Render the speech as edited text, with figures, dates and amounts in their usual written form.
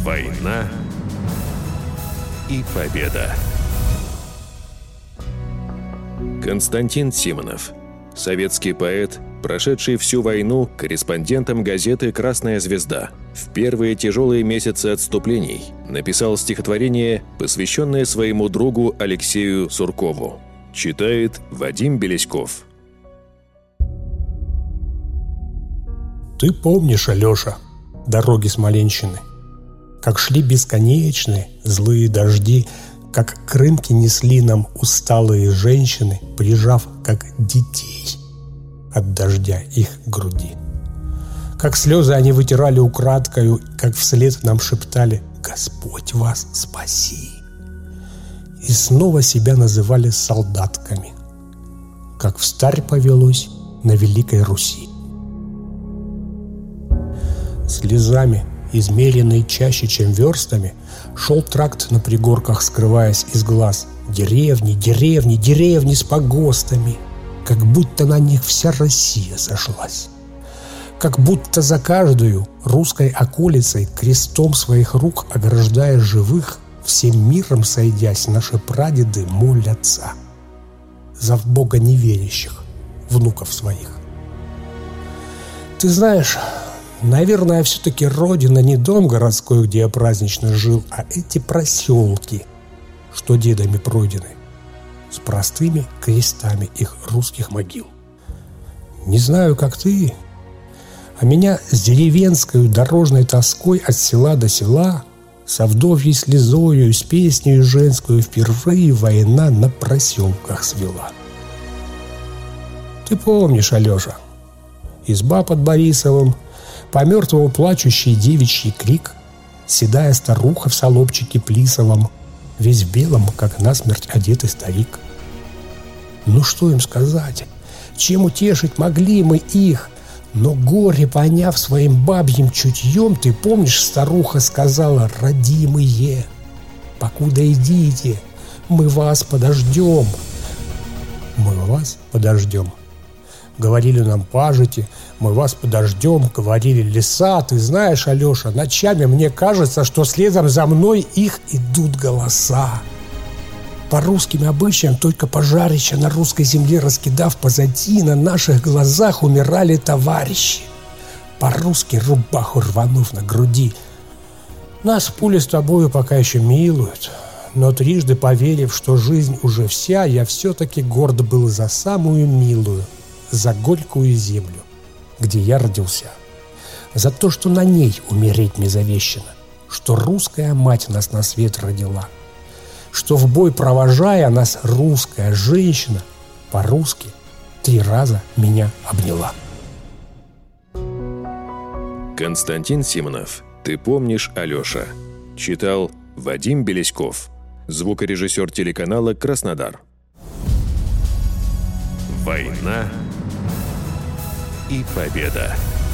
Война и победа. Константин Симонов. Советский поэт, прошедший всю войну корреспондентом газеты «Красная звезда». В первые тяжелые месяцы отступлений написал стихотворение, посвященное своему другу Алексею Суркову. Читает Вадим Белеськов. Ты помнишь, Алеша, дороги Смоленщины, как шли бесконечные злые дожди, как крынки несли нам усталые женщины, прижав, как детей, от дождя их груди. Как слезы они вытирали украдкою, как вслед нам шептали «Господь вас спаси!» И снова себя называли солдатками, как встарь повелось на Великой Руси. Слезами, измеренной чаще, чем верстами, шел тракт на пригорках, скрываясь из глаз. Деревни, деревни, деревни с погостами, как будто на них вся Россия сошлась. Как будто за каждую русской околицей крестом своих рук ограждая живых, всем миром сойдясь, наши прадеды молятся за в Бога неверящих внуков своих. Ты знаешь, наверное, все-таки родина не дом городской, где я празднично жил, а эти проселки, что дедами пройдены, с простыми крестами их русских могил. Не знаю, как ты, а меня с деревенской дорожной тоской от села до села, со вдовьей слезою, с песней женскую впервые война на проселках свела. Ты помнишь, Алеша, изба под Борисовым, по мертвому плачущий девичий крик, седая старуха в солобчике плисовом, весь в белом, как насмерть одетый старик. Ну что им сказать? Чем утешить могли мы их? Но горе, поняв своим бабьим чутьем, ты помнишь, старуха сказала: «Родимые, покуда идите, мы вас подождем». Мы вас подождем. Говорили нам пажити, мы вас подождем, говорили леса. Ты знаешь, Алеша, ночами мне кажется, что следом за мной их идут голоса. По русским обычаям, только пожарища на русской земле раскидав позади, на наших глазах умирали товарищи, по-русски рубаху рванув на груди. Нас пули с тобою пока еще милуют, но трижды поверив, что жизнь уже вся, я все-таки горд был за самую милую, за горькую землю, где я родился, за то, что на ней умереть мне завещано, что русская мать нас на свет родила, что в бой провожая нас русская женщина по-русски 3 раза меня обняла. Константин Симонов. Ты помнишь, Алеша. Читал Вадим Белеськов. Звукорежиссер телеканала «Краснодар». Война и победа.